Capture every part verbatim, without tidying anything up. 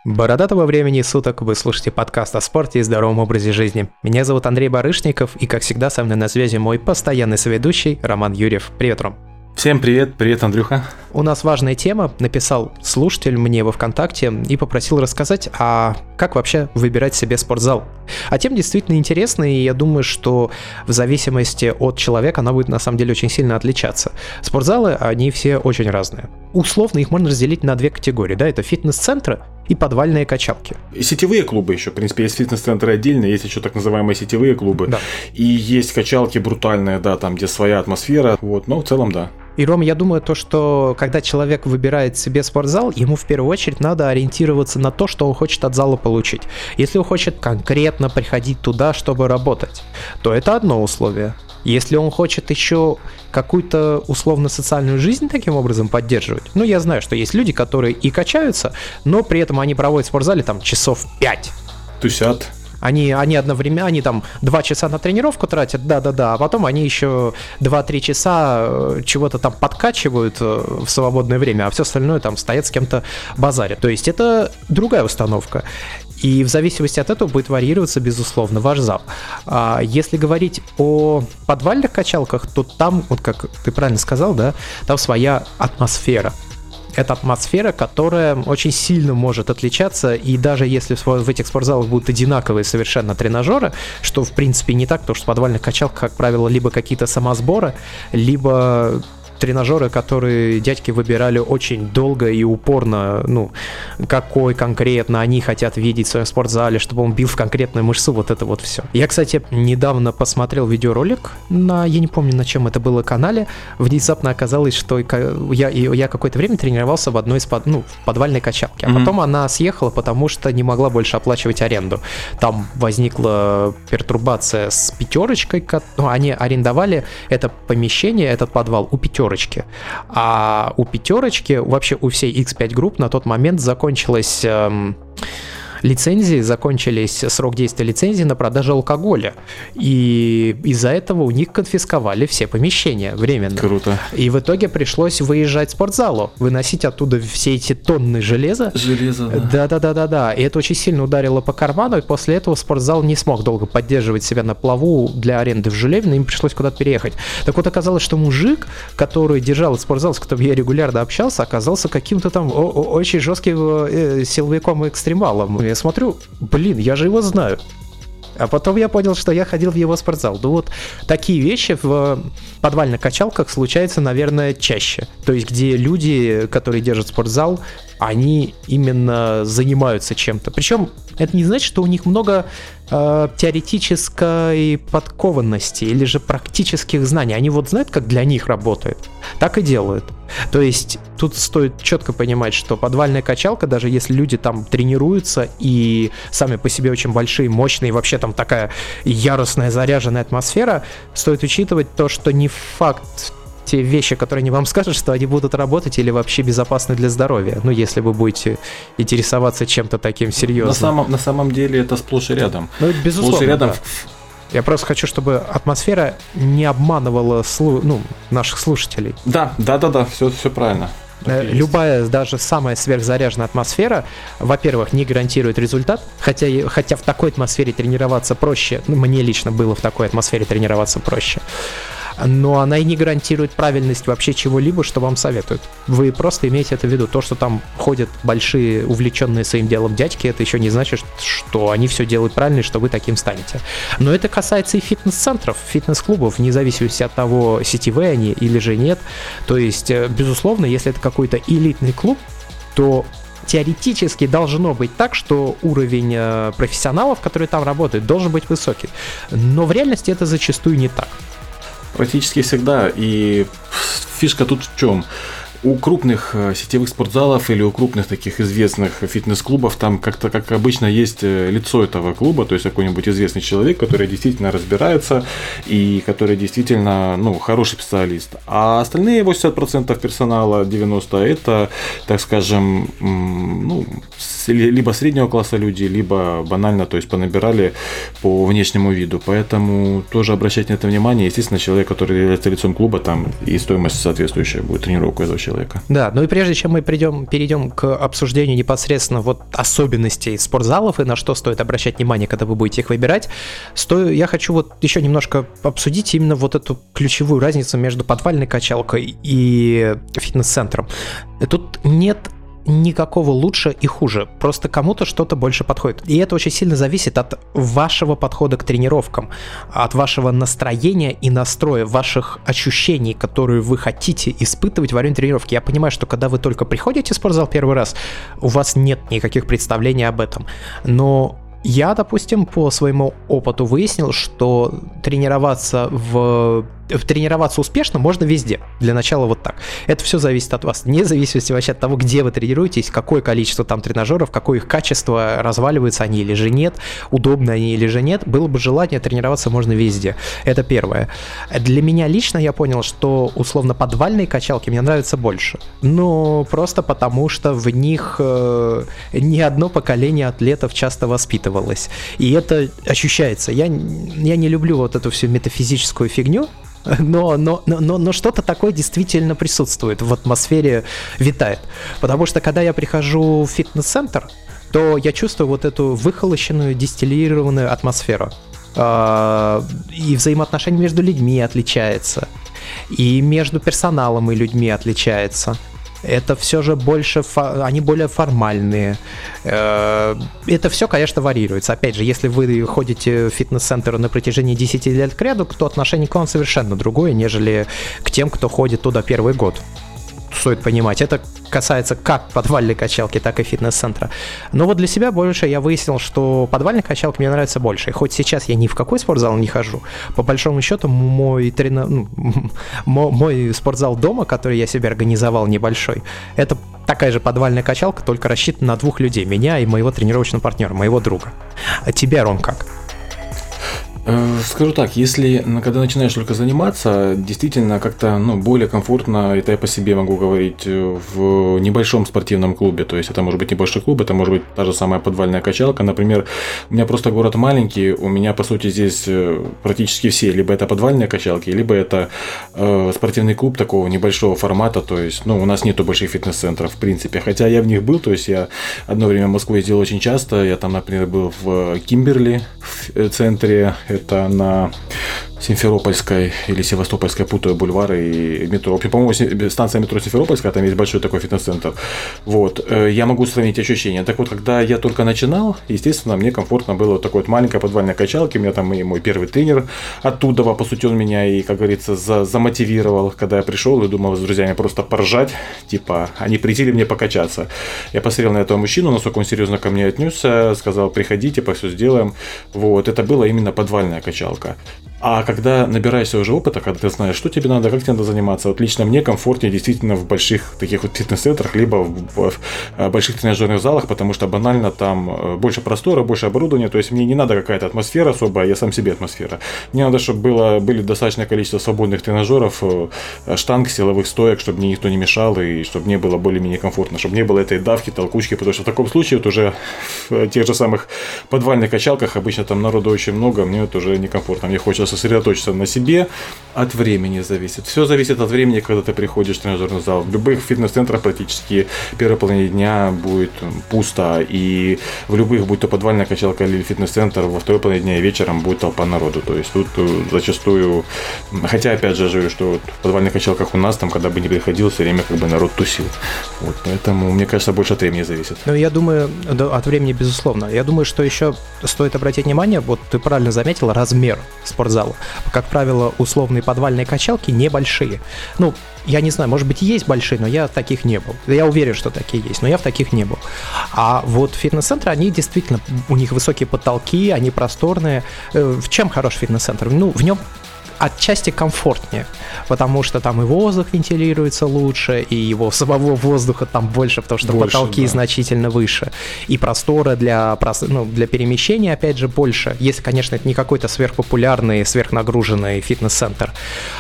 Бородатого времени суток, вы слушаете подкаст о спорте и здоровом образе жизни. Меня зовут Андрей Барышников, и, как всегда, со мной на связи мой постоянный соведущий Роман Юрьев. Привет, Ром. Всем привет, привет, Андрюха. У нас важная тема. Написал слушатель мне во ВКонтакте и попросил рассказать, а как вообще выбирать себе спортзал. А тема действительно интересная, и я думаю, что в зависимости от человека она будет на самом деле очень сильно отличаться. Спортзалы, они все очень разные. Условно их можно разделить на две категории, да, это фитнес-центры и подвальные качалки. И сетевые клубы еще, в принципе, есть фитнес-центры отдельно, есть еще так называемые сетевые клубы. Да. И есть качалки брутальные, да, там, где своя атмосфера, вот, но в целом, да. И, Ром, я думаю, то, что когда человек выбирает себе спортзал, ему в первую очередь надо ориентироваться на то, что он хочет от зала получить. Если он хочет конкретно приходить туда, чтобы работать, то это одно условие. Если он хочет еще какую-то условно-социальную жизнь таким образом поддерживать, ну, я знаю, что есть люди, которые и качаются, но при этом они проводят в спортзале там часов пять. Тусят. Они, они одновременно, они там два часа на тренировку тратят, да-да-да, а потом они еще два-три часа чего-то там подкачивают в свободное время, а все остальное там стоят с кем-то базарят. То есть это другая установка. И в зависимости от этого будет варьироваться, безусловно, ваш зал. А если говорить о подвальных качалках, то там, вот как ты правильно сказал, да, там своя атмосфера. Это атмосфера, которая очень сильно может отличаться, и даже если в этих спортзалах будут одинаковые совершенно тренажеры, что в принципе не так, потому что в подвальных качалках, как правило, либо какие-то самосборы, либо тренажеры, которые дядьки выбирали очень долго и упорно, ну, какой конкретно они хотят видеть в своем спортзале, чтобы он бил в конкретную мышцу, вот это вот все. Я, кстати, недавно посмотрел видеоролик на, я не помню, на чем это было канале, внезапно оказалось, что я, я какое-то время тренировался в одной из под, ну, в подвальной качалке, а mm-hmm. потом она съехала, потому что не могла больше оплачивать аренду. Там возникла пертурбация с пятерочкой, ну, они арендовали это помещение, этот подвал у пятерочки. А у пятерочки, вообще у всей икс пять групп на тот момент закончилась эм, лицензии, закончились срок действия лицензии на продажу алкоголя. И из-за этого у них конфисковали все помещения временно. Круто. И в итоге пришлось выезжать в спортзалу, выносить оттуда все эти тонны железа. Железо, да. Да-да-да-да-да. И это очень сильно ударило по карману, и после этого спортзал не смог долго поддерживать себя на плаву для аренды в Жулевино, им пришлось куда-то переехать. Так вот, оказалось, что мужик, который держал этот спортзал, с которым я регулярно общался, оказался каким-то там очень жестким э, силовиком и экстремалом. Я смотрю, блин, я же его знаю. А потом я понял, что я ходил в его спортзал. Ну вот такие вещи в подвальных качалках случаются, наверное, чаще. То есть где люди, которые держат спортзал, они именно занимаются чем-то. Причем это не значит, что у них много э, теоретической подкованности или же практических знаний. Они вот знают, как для них работает, так и делают. То есть тут стоит четко понимать, что подвальная качалка, даже если люди там тренируются и сами по себе очень большие, мощные, и вообще там такая яростная, заряженная атмосфера, стоит учитывать то, что не факт те вещи, которые они вам скажут, что они будут работать или вообще безопасны для здоровья. Ну, если вы будете интересоваться чем-то таким серьезным. На самом, на самом деле это сплошь и рядом. Ну, безусловно, сплошь и рядом. Да. Я просто хочу, чтобы атмосфера не обманывала слу... ну, наших слушателей. Да, да, да, да, все, все правильно. Любая, даже самая сверхзаряженная атмосфера, во-первых, не гарантирует результат, хотя, хотя в такой атмосфере тренироваться проще, ну, мне лично было в такой атмосфере тренироваться проще, но она и не гарантирует правильность вообще чего-либо, что вам советуют. Вы просто имеете это в виду. То, что там ходят большие, увлеченные своим делом дядьки, это еще не значит, что они все делают правильно и что вы таким станете. Но это касается и фитнес-центров, фитнес-клубов, вне зависимости от того, сетевые они или же нет. То есть, безусловно, если это какой-то элитный клуб, то теоретически должно быть так, что уровень профессионалов, которые там работают, должен быть высокий. Но в реальности это зачастую не так. Практически всегда. И фишка тут в чем? У крупных сетевых спортзалов или у крупных таких известных фитнес-клубов там как-то, как обычно, есть лицо этого клуба, то есть какой-нибудь известный человек, который действительно разбирается и который действительно, ну, хороший специалист. А остальные восемьдесят процентов персонала, девяносто процентов это, так скажем, ну, либо среднего класса люди, либо банально, то есть понабирали по внешнему виду. Поэтому тоже обращайте на это внимание. Естественно, человек, который является лицом клуба, там и стоимость соответствующая будет, тренировку это вообще человека. Да, ну и прежде чем мы придем, перейдем к обсуждению непосредственно вот особенностей спортзалов и на что стоит обращать внимание, когда вы будете их выбирать, стою, я хочу вот еще немножко обсудить именно вот эту ключевую разницу между подвальной качалкой и фитнес-центром. Тут нет никакого лучше и хуже, просто кому-то что-то больше подходит. И это очень сильно зависит от вашего подхода к тренировкам, от вашего настроения и настроя, ваших ощущений, которые вы хотите испытывать во время тренировки. Я понимаю, что когда вы только приходите в спортзал первый раз, у вас нет никаких представлений об этом, но я, допустим, по своему опыту выяснил, что тренироваться в... тренироваться успешно можно везде. Для начала вот так. Это все зависит от вас. Вне зависимости вообще от того, где вы тренируетесь, какое количество там тренажеров, какое их качество, разваливаются они или же нет, удобны они или же нет. Было бы желание, тренироваться можно везде. Это первое. Для меня лично я понял, что условно подвальные качалки мне нравятся больше. Ну, просто потому, что в них э, не одно поколение атлетов часто воспитывалось. И это ощущается. Я, я не люблю вот эту всю метафизическую фигню, Но, но, но, но что-то такое действительно присутствует, в атмосфере витает. Потому что когда я прихожу в фитнес-центр, то я чувствую вот эту выхолощенную, дистиллированную атмосферу. И взаимоотношения между людьми отличаются. И между персоналом и людьми отличается. Это все же больше, они более формальные. Это все, конечно, варьируется. Опять же, если вы ходите в фитнес-центр на протяжении десяти лет кряду, то отношение к вам совершенно другое, нежели к тем, кто ходит туда первый год. Стоит понимать, это касается как подвальной качалки, так и фитнес-центра. Но вот для себя больше я выяснил, что подвальная качалка мне нравится больше. И хоть сейчас я ни в какой спортзал не хожу, по большому счету мой, трена... ну, мой спортзал дома, который я себе организовал небольшой, это такая же подвальная качалка, только рассчитана на двух людей, меня и моего тренировочного партнера, моего друга. А тебя, Ром, как? Скажу так, если когда начинаешь только заниматься, действительно как-то ну, более комфортно, это я по себе могу говорить, в небольшом спортивном клубе. То есть это может быть небольшой клуб, это может быть та же самая подвальная качалка. Например, у меня просто город маленький, у меня по сути здесь практически все, либо это подвальные качалки, либо это э, спортивный клуб такого небольшого формата. То есть ну, у нас нету больших фитнес-центров в принципе, хотя я в них был, то есть я одно время в Москву ездил очень часто, я там, например, был в Кимберли в центре. Это на Симферопольской или Севастопольской, путаю бульвары и метро. По-моему, станция метро Симферопольская, там есть большой такой фитнес-центр. Вот. Я могу сравнить ощущения. Так вот, когда я только начинал, естественно, мне комфортно было вот такой вот маленькой подвальной качалки. У меня там и мой первый тренер оттуда, по сути, он меня и, как говорится, за- замотивировал, когда я пришел и думал с друзьями просто поржать, типа, они прийти ли мне покачаться. Я посмотрел на этого мужчину, насколько он серьезно ко мне отнесся, сказал, приходите, по все сделаем. Вот. Это была именно подвальная качалка. А когда набираешься уже опыта, когда ты знаешь, что тебе надо, как тебе надо заниматься, вот лично мне комфортнее действительно в больших таких вот фитнес-центрах, либо в, в, в больших тренажерных залах, потому что банально там больше простора, больше оборудования, то есть мне не надо какая-то атмосфера особая, я сам себе атмосфера. Мне надо, чтобы было, были достаточное количество свободных тренажеров, штанг, силовых стоек, чтобы мне никто не мешал и чтобы мне было более-менее комфортно, чтобы не было этой давки, толкучки, потому что в таком случае вот уже в тех же самых подвальных качалках обычно там народу очень много, мне это уже некомфортно, мне хочется сосредоточиться на себе, от времени зависит. Все зависит от времени, когда ты приходишь в тренажерный зал. В любых фитнес-центрах практически первой половине дня будет пусто, и в любых, будь то подвальная качалка или фитнес-центр, во второй половине дня и вечером будет толпа народу. То есть тут зачастую, хотя опять же я говорю, что вот в подвальных качалках у нас, там, когда бы не приходил, все время как бы народ тусил. Вот, поэтому, мне кажется, больше от времени зависит. Ну, я думаю, да, от времени, безусловно. Я думаю, что еще стоит обратить внимание, вот ты правильно заметил, размер спортзала. Как правило, условные подвальные качалки небольшие. Ну, я не знаю, может быть, есть большие, но я в таких не был. Я уверен, что такие есть, но я в таких не был. А вот фитнес-центры, они действительно, у них высокие потолки, они просторные. В чем хороший фитнес-центр? Ну, в нем отчасти комфортнее, потому что там и воздух вентилируется лучше, и его самого воздуха там больше, потому что больше, потолки да. значительно выше, и простора для, ну, для перемещения, опять же, больше, если, конечно, это не какой-то сверхпопулярный, сверхнагруженный фитнес-центр.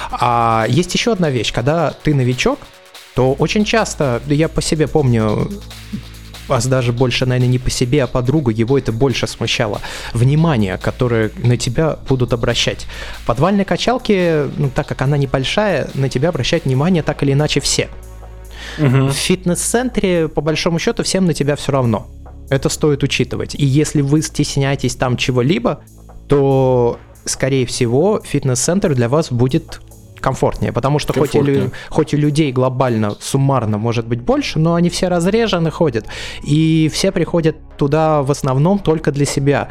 А есть еще одна вещь, когда ты новичок, то очень часто, я по себе помню, вас даже больше, наверное, не по себе, а по другу, его это больше смущало. Внимание, которое на тебя будут обращать. В подвальной качалке, ну, так как она небольшая, на тебя обращают внимание так или иначе все. Угу. В фитнес-центре, по большому счету, всем на тебя все равно. Это стоит учитывать. И если вы стесняетесь там чего-либо, то, скорее всего, фитнес-центр для вас будет комфортнее, потому что хоть и, хоть и людей глобально, суммарно может быть больше, но они все разрежены ходят, и все приходят туда в основном только для себя.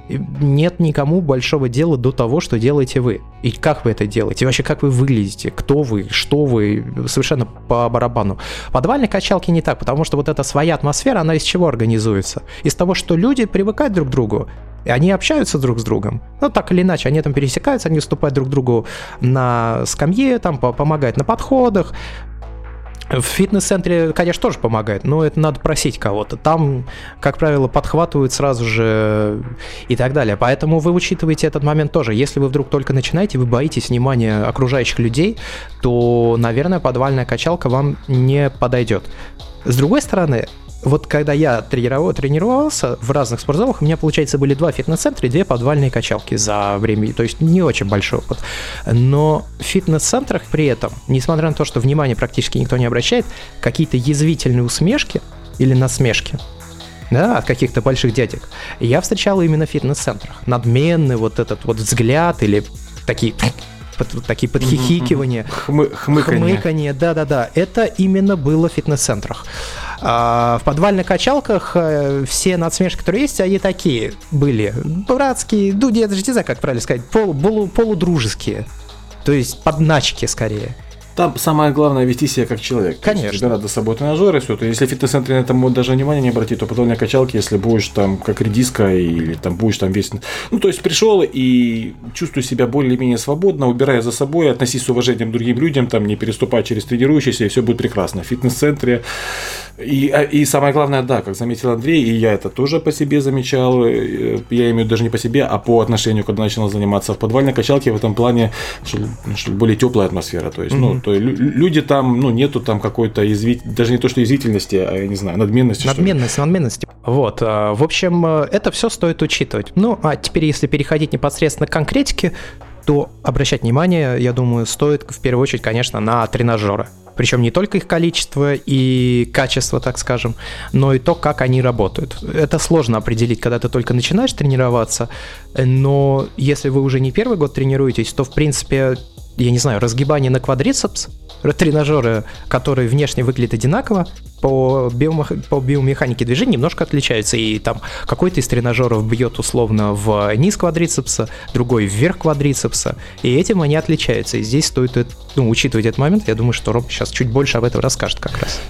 Нет никому большого дела до того, что делаете вы. И как вы это делаете, и вообще как вы выглядите, кто вы, что вы, совершенно по барабану. В подвальной качалке не так, потому что вот эта своя атмосфера, она из чего организуется? Из того, что люди привыкают друг к другу, и они общаются друг с другом. Ну, так или иначе, они там пересекаются, они выступают друг другу на скамье, там помогают на подходах. В фитнес-центре, конечно, тоже помогает, но это надо просить кого-то. Там, как правило, подхватывают сразу же и так далее. Поэтому вы учитываете этот момент тоже. Если вы вдруг только начинаете, вы боитесь внимания окружающих людей, то, наверное, подвальная качалка вам не подойдет. С другой стороны, вот когда я тренировал, тренировался в разных спортзалах, у меня, получается, были два фитнес-центра и две подвальные качалки за время, то есть не очень большой опыт. Но в фитнес-центрах при этом, несмотря на то, что внимание практически никто не обращает, какие-то язвительные усмешки или насмешки, да, от каких-то больших дядек, я встречал именно в фитнес-центрах. Надменный вот этот вот взгляд или такие... такие подхихикивания, Хмы, хмыканье. хмыканье, да-да-да, это именно было в фитнес-центрах. А в подвальных качалках все надсмешки, которые есть, они такие были братские, ну, я даже не знаю, как правильно сказать, полу, полу, полудружеские, то есть подначки скорее. Там самое главное вести себя как человек. Конечно. Собирать за собой тренажеры, все. То если в фитнес-центре на этом даже внимания не обратить, то подвальной качалке, если будешь там как редиска или там будешь там весь... Ну, то есть пришел и чувствуй себя более-менее свободно, убирая за собой, относись с уважением к другим людям, там не переступай через тренирующихся, и все будет прекрасно. В фитнес-центре и, и самое главное, да, как заметил Андрей, и я это тоже по себе замечал, я имею даже не по себе, а по отношению, когда начинал заниматься в подвальной качалке, в этом плане что, что более теплая атмосфера, то есть, mm-hmm. ну, то есть люди там, ну, нету там какой-то язвить... даже не то, что язвительности, а, я не знаю, надменности. Надменность, надменности. Вот, в общем, это все стоит учитывать. Ну, а теперь, если переходить непосредственно к конкретике, то обращать внимание, я думаю, стоит в первую очередь, конечно, на тренажеры. Причем не только их количество и качество, так скажем, но и то, как они работают. Это сложно определить, когда ты только начинаешь тренироваться, но если вы уже не первый год тренируетесь, то, в принципе, я не знаю, разгибание на квадрицепс, тренажеры, которые внешне выглядят одинаково, по, биомех... по биомеханике движения немножко отличаются, и там какой-то из тренажеров бьет условно в низ квадрицепса, другой вверх квадрицепса, и этим они отличаются, и здесь стоит, ну, учитывать этот момент. Я думаю, что Ром сейчас чуть больше об этом расскажет как раз.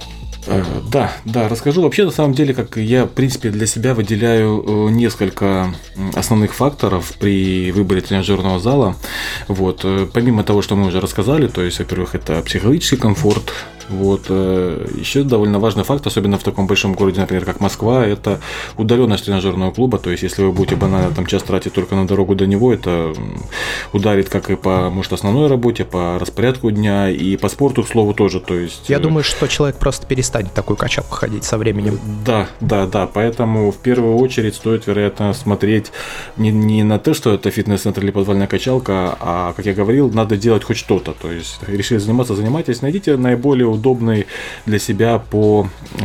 Да, да, расскажу. Вообще, на самом деле, как я, в принципе, для себя выделяю несколько основных факторов при выборе тренажерного зала. Вот. Помимо того, что мы уже рассказали, то есть, во-первых, это психологический комфорт. Вот. Еще довольно важный факт, особенно в таком большом городе, например, как Москва, это удаленность тренажерного клуба. То есть, если вы будете банально там час тратить только на дорогу до него, это ударит как и по, может, основной работе, по распорядку дня, и по спорту, к слову, тоже. То есть, я думаю, что человек просто перестанет в такую качалку ходить со временем. Да, да, да. Поэтому в первую очередь стоит, вероятно, смотреть не, не на то, что это фитнес-центр или подвальная качалка, а, как я говорил, надо делать хоть что-то. То есть, решили заниматься, занимайтесь, найдите наиболее удобный для себя по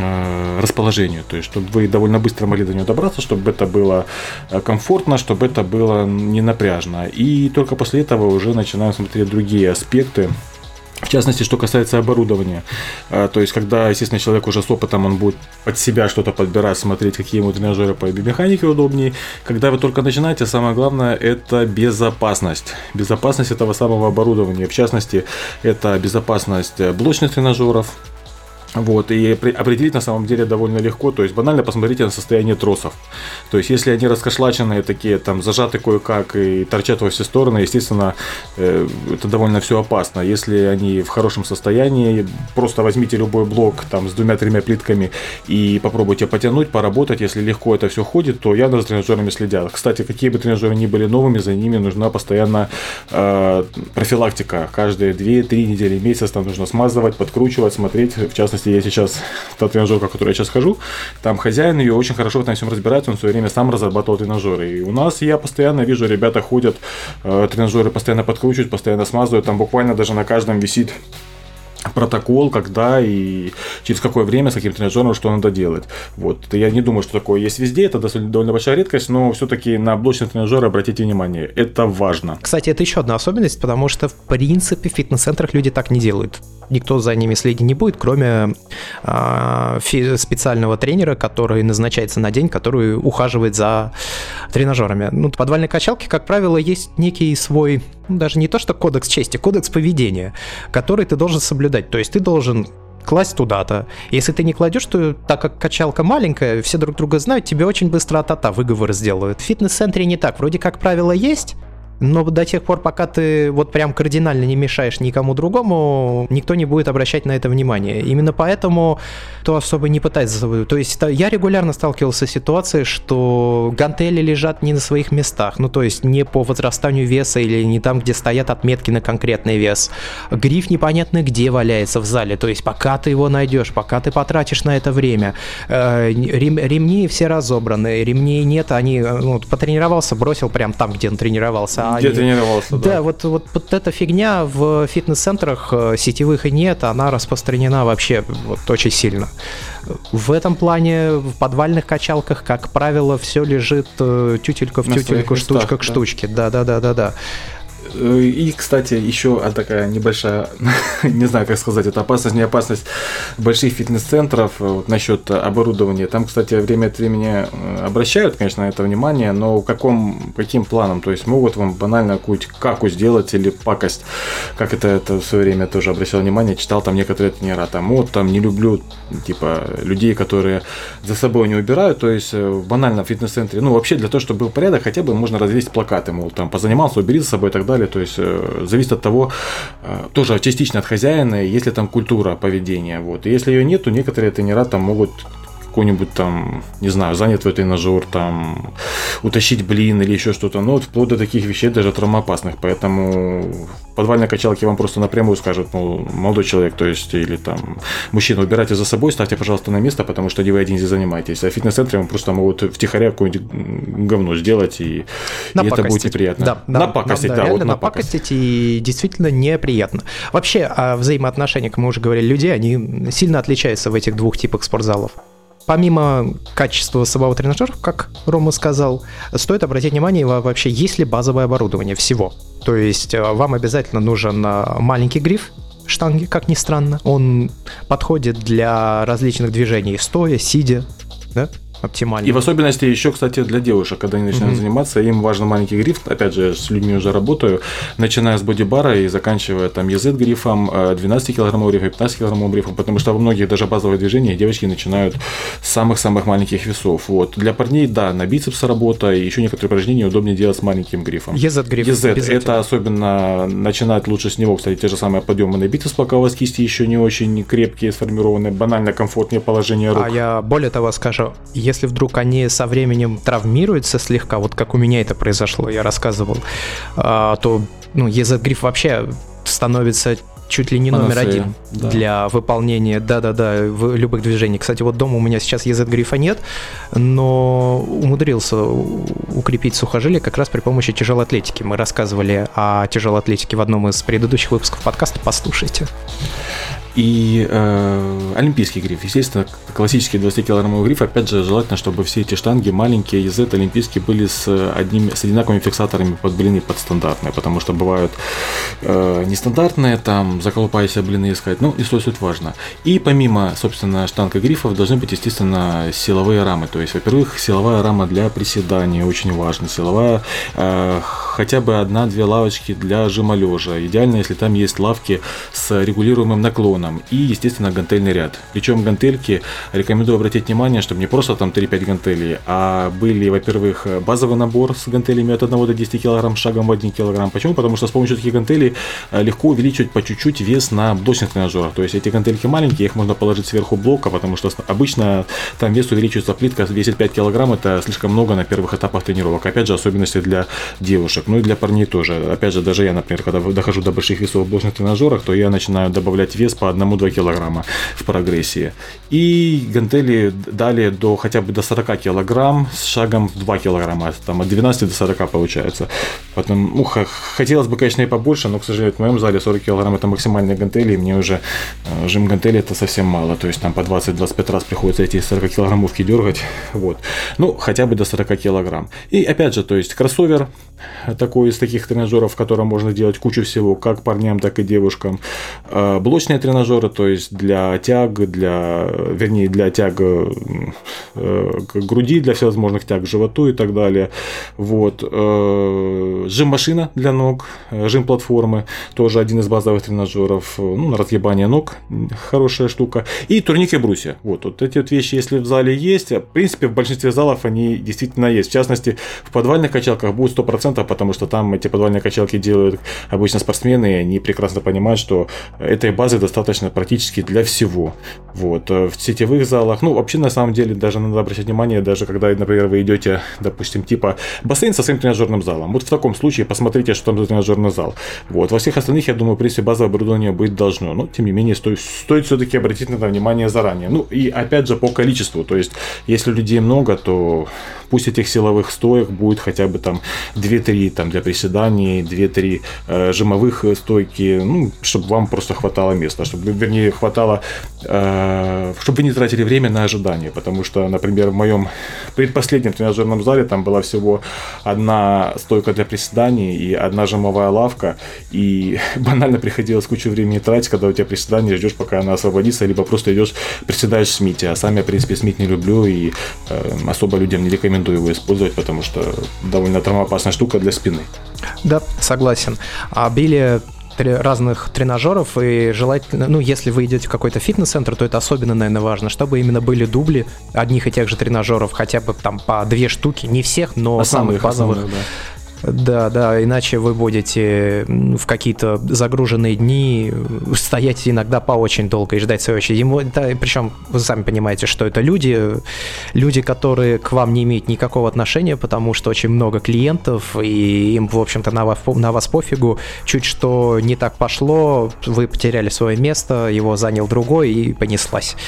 э, расположению, то есть чтобы вы довольно быстро могли до него добраться, чтобы это было комфортно, чтобы это было не напряжно, и только после этого уже начинаем смотреть другие аспекты. В частности, что касается оборудования, то есть, когда, естественно, человек уже с опытом, он будет под себя что-то подбирать, смотреть, какие ему тренажеры по биомеханике удобнее. Когда вы только начинаете, самое главное – это безопасность. Безопасность этого самого оборудования. В частности, это безопасность блочных тренажеров. Вот, и определить на самом деле довольно легко, то есть банально посмотрите на состояние тросов. То есть, если они раскошлаченные, такие там зажаты кое-как и торчат во все стороны, естественно, э, это довольно все опасно. Если они в хорошем состоянии, просто возьмите любой блок там с двумя-тремя плитками и попробуйте потянуть, поработать. Если легко это все ходит, то явно за тренажерами следят. Кстати, какие бы тренажеры ни были новыми, за ними нужна постоянно э, профилактика. Каждые две-три недели, месяц там нужно смазывать, подкручивать, смотреть. В частности, я сейчас, та тренажерка, в которой я сейчас хожу, там хозяин ее очень хорошо в этом всем разбирается, он в свое время сам разрабатывал тренажеры. И у нас я постоянно вижу, ребята ходят, э, тренажеры постоянно подкручивают, постоянно смазывают, там буквально даже на каждом висит протокол, когда и через какое время, с каким тренажером, что надо делать. Вот. Я не думаю, что такое есть везде, это довольно большая редкость, но все-таки на блочные тренажеры обратите внимание, это важно. Кстати, это еще одна особенность, потому что, в принципе, в фитнес-центрах люди так не делают. Никто за ними следить не будет, кроме э, фи- специального тренера, который назначается на день, который ухаживает за тренажерами. Ну, в подвальной качалке, как правило, есть некий свой, ну, даже не то что кодекс чести, кодекс поведения, который ты должен соблюдать. То есть ты должен класть туда-то. Если ты не кладешь, то, так как качалка маленькая, все друг друга знают, тебе очень быстро а-та-та выговоры сделают. В фитнес-центре не так. Вроде как правило есть, но до тех пор, пока ты вот прям кардинально не мешаешь никому другому, никто не будет обращать на это внимание. Именно поэтому то особо не пытается. То есть я регулярно сталкивался с ситуацией, что гантели лежат не на своих местах, ну то есть не по возрастанию веса или не там, где стоят отметки на конкретный вес. Гриф непонятно где валяется в зале, то есть пока ты его найдешь, пока ты потратишь на это время. Рем, ремни все разобраны, ремней нет, они, ну, потренировался, бросил прям там, где он тренировался. Где они... тренировался, да. Да, вот, вот, вот эта фигня в фитнес-центрах сетевых и нет, она распространена вообще вот очень сильно. В этом плане в подвальных качалках, как правило, все лежит тютелька в тютельку, штучка к штучке. Да-да-да-да-да. И, кстати, еще такая небольшая, не знаю, как сказать, это опасность, не опасность больших фитнес-центров вот, насчет оборудования. Там, кстати, время от времени обращают, конечно, на это внимание, но каком, каким планом? То есть могут вам банально какую-то каку сделать или пакость, как это, это в свое время тоже обращал внимание, читал там некоторые тренера, там, вот, там, не люблю, типа, людей, которые за собой не убирают, то есть банально в фитнес-центре, ну, вообще для того, чтобы был порядок, хотя бы можно развесить плакаты, мол, там, позанимался, убери за собой и так далее. То есть э, зависит от того, э, тоже частично от хозяина, есть ли там культура поведения. Вот. И если ее нет, то некоторые тренера там могут какой-нибудь там, не знаю, занят в тренажер, там, утащить блин или еще что-то. Но вот вплоть до таких вещей, даже травмоопасных. Поэтому в подвальной качалке вам просто напрямую скажут, мол, молодой человек, то есть, или там, мужчина, убирайте за собой, ставьте, пожалуйста, на место, потому что не вы один здесь занимаетесь. А в фитнес-центре вам просто могут втихаря какое-нибудь говно сделать, и, и это будет неприятно. Да, да, напакостить, да, да, да, вот напакостить, и действительно неприятно. Вообще, о взаимоотношениях мы уже говорили, людей, они сильно отличаются в этих двух типах спортзалов. Помимо качества самого тренажера, как Рома сказал, стоит обратить внимание вообще, есть ли базовое оборудование всего. То есть вам обязательно нужен маленький гриф штанги, как ни странно. Он подходит для различных движений стоя, сидя, да? Оптимально. И в особенности еще, кстати, для девушек, когда они начинают mm-hmm. заниматься, им важен маленький гриф. Опять же, с людьми уже работаю, начиная с бодибара и заканчивая там и зет-грифом, двенадцатикилограммовым грифом, пятнадцатикилограммовым грифом, потому что во многих даже базовых движениях девочки начинают с самых-самых маленьких весов. Вот. Для парней, да, на бицепсы работа, и еще некоторые упражнения удобнее делать с маленьким грифом. и зет-гриф. и зет, это особенно начинать лучше с него, кстати, те же самые подъемы на бицепс, пока у вас кисти еще не очень крепкие, сформированные, банально комфортнее положение рук. А я более того скажу, если вдруг они со временем травмируются слегка, вот как у меня это произошло, я рассказывал, то ну, и зет-гриф вообще становится чуть ли не номер Панацея, один да. для выполнения, да-да-да, любых движений. Кстати, вот дома у меня сейчас и зет-грифа нет, но умудрился укрепить сухожилие как раз при помощи тяжелой атлетики. Мы рассказывали о тяжелой атлетике в одном из предыдущих выпусков подкаста, послушайте. И э, олимпийский гриф, естественно, классический двадцатикилограммовый гриф, опять же, желательно, чтобы все эти штанги маленькие, и зет, олимпийские, были с, одним, с одинаковыми фиксаторами под блины, под стандартные, потому что бывают э, нестандартные, там, заколупайся блины искать, ну, и что суть важно. И помимо, собственно, штанг и грифов, должны быть, естественно, силовые рамы, то есть, во-первых, силовая рама для приседания, очень важно, силовая, э, хотя бы одна-две лавочки для жима лежа, идеально, если там есть лавки с регулируемым наклоном, и, естественно, гантельный ряд. Причем гантельки рекомендую обратить внимание, чтобы не просто там три-пять гантелей, а были, во-первых, базовый набор с гантелями от одного до десяти килограмм шагом в один килограмм. Почему? Потому что с помощью таких гантелей легко увеличивать по чуть-чуть вес на блочных тренажерах. То есть эти гантельки маленькие, их можно положить сверху блока, потому что обычно там вес увеличивается, плитка весит пять килограмм, это слишком много на первых этапах тренировок. Опять же, особенности для девушек. Вот. Ну и для парней тоже. Опять же, даже я, например, когда дохожу до больших весов в блочных тренажерах, то я начинаю добавлять вес по одному-два килограмма в прогрессии. И гантели далее до хотя бы до сорок килограмм с шагом в два килограмма. Там от двенадцати до сорока получается. Потом, ну, хотелось бы, конечно, и побольше, но, к сожалению, в моем зале сорок килограмм это максимальные гантели, и мне уже жим гантели это совсем мало. То есть там по двадцать-двадцать пять раз приходится эти сорок килограммовки дергать. Вот. Ну, хотя бы до сорок килограмм. И опять же, то есть кроссовер такой из таких тренажеров, в котором можно делать кучу всего, как парням, так и девушкам. Блочные тренажеры, то есть для тяг, для, вернее, для тяг к груди, для всевозможных тяг к животу и так далее. Вот. Жим-машина для ног, жим-платформы, тоже один из базовых тренажеров, ну, на разъебание ног, хорошая штука. И турники брусья. Вот. Вот эти вот вещи, если в зале есть, в принципе, в большинстве залов они действительно есть. В частности, в подвальных качалках будет сто процентов, потому что там эти подвальные качалки делают обычно спортсмены, и они прекрасно понимают, что этой базы достаточно практически для всего. Вот. В сетевых залах, ну, вообще, на самом деле, даже надо обращать внимание, даже когда, например, вы идете, допустим, типа бассейн со своим тренажерным залом. Вот в таком случае посмотрите, что там за тренажерный зал. Вот. Во всех остальных, я думаю, в принципе, базовое оборудование быть должно. Но, тем не менее, стоит, стоит все-таки обратить на это внимание заранее. Ну, и опять же, по количеству. То есть, если людей много, то пусть этих силовых стоек будет хотя бы там две-три там, для приседаний, две-три э, жимовых стойки, ну, чтобы вам просто хватало места, чтобы, вернее, хватало, э, чтобы вы не тратили время на ожидание, потому что, например, в моем предпоследнем тренажерном зале там была всего одна стойка для приседаний и одна жимовая лавка, и банально приходилось кучу времени тратить, когда у тебя приседание, ждешь, пока она освободится, либо просто идешь, приседаешь в смите, а сам я, в принципе, смит не люблю и э, особо людям не рекомендую его использовать, потому что довольно травмоопасная штука для спины. Да, согласен. А обилие разных тренажеров, и желательно, ну, если вы идете в какой-то фитнес-центр, то это особенно, наверное, важно, чтобы именно были дубли одних и тех же тренажеров, хотя бы там по две штуки, не всех, но основных, самых базовых. Основных, да. Да, да, иначе вы будете в какие-то загруженные дни стоять иногда по очень долго и ждать своей очереди. Да, причем вы сами понимаете, что это люди, люди, которые к вам не имеют никакого отношения, потому что очень много клиентов, и им, в общем-то, на вас, на вас пофигу. Чуть что не так пошло, вы потеряли свое место, его занял другой, и понеслась.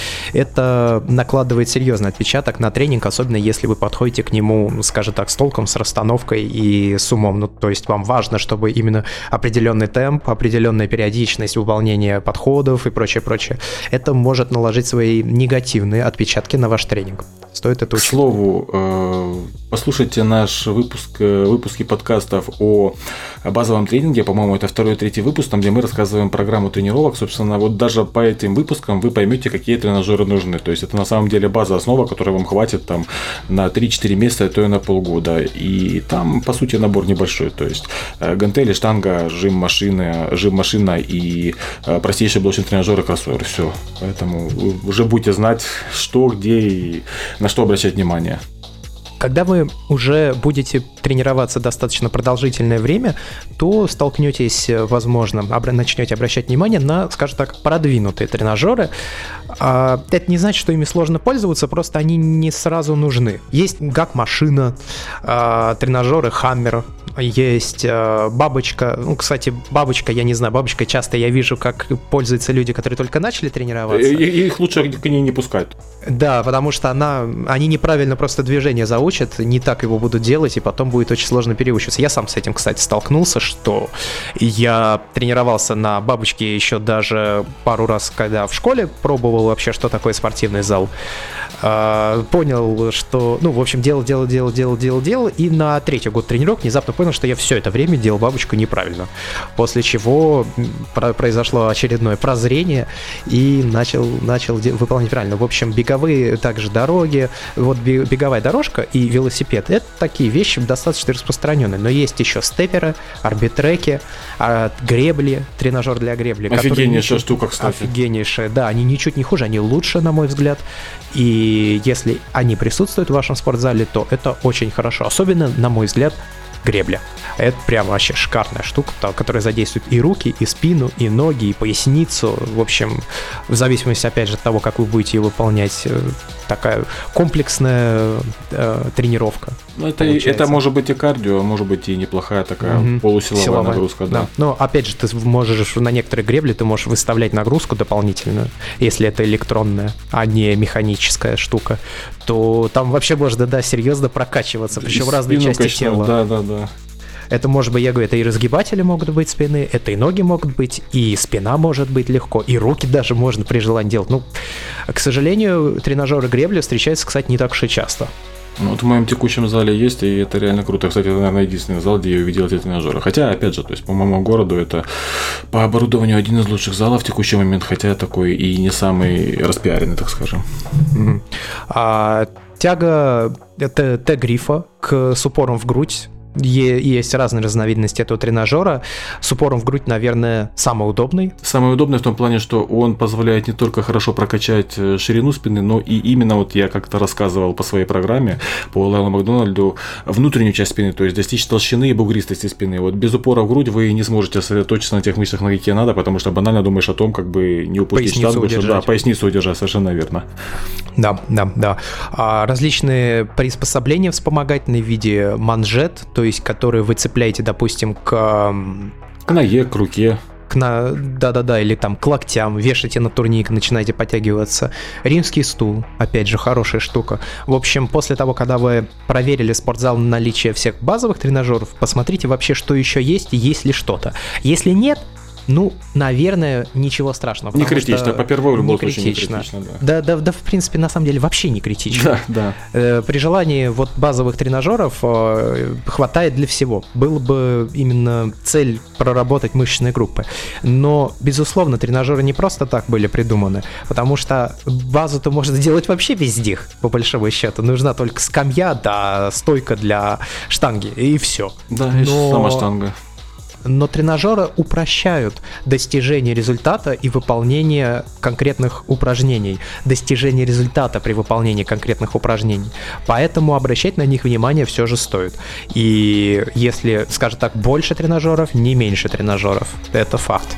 Это накладывает серьезный отпечаток на тренинг, особенно если вы подходите к нему, скажем так, с толком, с расстановкой и с умом. Ну, то есть вам важно, чтобы именно определенный темп, определенная периодичность выполнения подходов и прочее, прочее. Это может наложить свои негативные отпечатки на ваш тренинг. Стоит это учитывать. К слову, послушайте наш выпуск, выпуски подкастов о базовом тренинге. По-моему, это второй и третий выпуск, там, где мы рассказываем программу тренировок. Собственно, вот даже по этим выпускам вы поймете, какие тренажеры нужны. То есть это на самом деле база, основа, которой вам хватит там на три-четыре месяца, а то и на полгода. И там, по сути, набор небольшой. То есть гантели, штанга, жим машины, жим машина и простейшие блочные тренажеры, кроссовер. Все. Поэтому уже будете знать, что, где и на что обращать внимание. Когда вы уже будете тренироваться достаточно продолжительное время, то столкнетесь, возможно, обра- начнете обращать внимание на, скажем так, продвинутые тренажеры. А, это не значит, что ими сложно пользоваться, просто они не сразу нужны. Есть гак-машина, а, тренажеры Hammer, есть а, бабочка. Ну, кстати, бабочка, я не знаю, бабочка часто я вижу, как пользуются люди, которые только начали тренироваться. И, их лучше к ней не пускать. Да, потому что она, они неправильно просто движение заучат, не так его будут делать, и потом будет очень сложно переучиваться. Я сам с этим, кстати, столкнулся, что я тренировался на бабочке еще даже пару раз, когда в школе пробовал вообще, что такое спортивный зал. А, понял, что, ну, в общем, делал, делал, делал, делал, делал, делал, и на третий год тренировок внезапно понял, что я все это время делал бабочку неправильно. После чего произошло очередное прозрение, и начал, начал выполнять правильно. В общем, беговые также дороги, вот беговая дорожка и велосипед — это такие вещи достаточно распространенные, но есть еще степеры, арбитреки, гребли, тренажер для гребли. Офигеннейшая штука, кстати. Офигеннейшая, да, они ничуть не хуже, они лучше, на мой взгляд, и если они присутствуют в вашем спортзале, то это очень хорошо, особенно, на мой взгляд, гребля. Это прям вообще шикарная штука, которая задействует и руки, и спину, и ноги, и поясницу. В общем, в зависимости, опять же, от того, как вы будете ее выполнять, такая комплексная э, тренировка. Ну, это, это может быть и кардио, может быть и неплохая такая mm-hmm. полусиловая Силовая. нагрузка. Да. Да. Но опять же, ты можешь на некоторые гребли ты можешь выставлять нагрузку дополнительную, если это электронная, а не механическая штука, то там вообще можно, да, серьезно прокачиваться, причем в разные части конечно, тела. Да, да, да. Это может быть, я говорю, это и разгибатели могут быть спины, это и ноги могут быть, и спина может быть легко, и руки даже можно при желании делать. Ну, к сожалению, тренажеры гребли встречаются, кстати, не так уж и часто. Ну, вот в моем текущем зале есть, и это реально круто. Кстати, это, наверное, единственный зал, где я увидел эти тренажеры. Хотя, опять же, то есть по моему городу это по оборудованию один из лучших залов в текущий момент, хотя такой и не самый распиаренный, так скажем. Mm-hmm. А, тяга Т-грифа к, с упором в грудь. Есть разные разновидности этого тренажера. С упором в грудь, наверное, самый удобный. Самый удобный в том плане, что он позволяет не только хорошо прокачать ширину спины, но и именно, вот я как-то рассказывал по своей программе, по Лайлу Макдональду, внутреннюю часть спины, то есть достичь толщины и бугристости спины. Вот без упора в грудь вы не сможете сосредоточиться на тех мышцах, на какие надо, потому что банально думаешь о том, как бы не упустить штангу, да, поясницу удержать, совершенно верно. Да, да, да. А различные приспособления вспомогательные в виде манжет, то есть которые вы цепляете, допустим, к... К ноге, к руке. К на... Да-да-да, или там к локтям, вешаете на турник, начинаете подтягиваться. Римский стул, опять же, хорошая штука. В общем, после того, когда вы проверили спортзал на наличие всех базовых тренажеров, посмотрите вообще, что еще есть и есть ли что-то. Если нет, ну, наверное, ничего страшного. Не критично, по первому в любом случае не критично. Да. Да, да, да, в принципе, на самом деле вообще не критично. Да, да. При желании вот базовых тренажеров хватает для всего. Было бы именно цель проработать мышечные группы. Но, безусловно, тренажеры не просто так были придуманы, потому что базу-то можно делать вообще везде, по большому счету. Нужна только скамья, да, стойка для штанги, и все. Да, и Но... сама штанга. Но тренажеры упрощают достижение результата и выполнение конкретных упражнений, достижение результата при выполнении конкретных упражнений. Поэтому обращать на них внимание все же стоит. И если, скажем так, больше тренажеров, не меньше тренажеров. Это факт.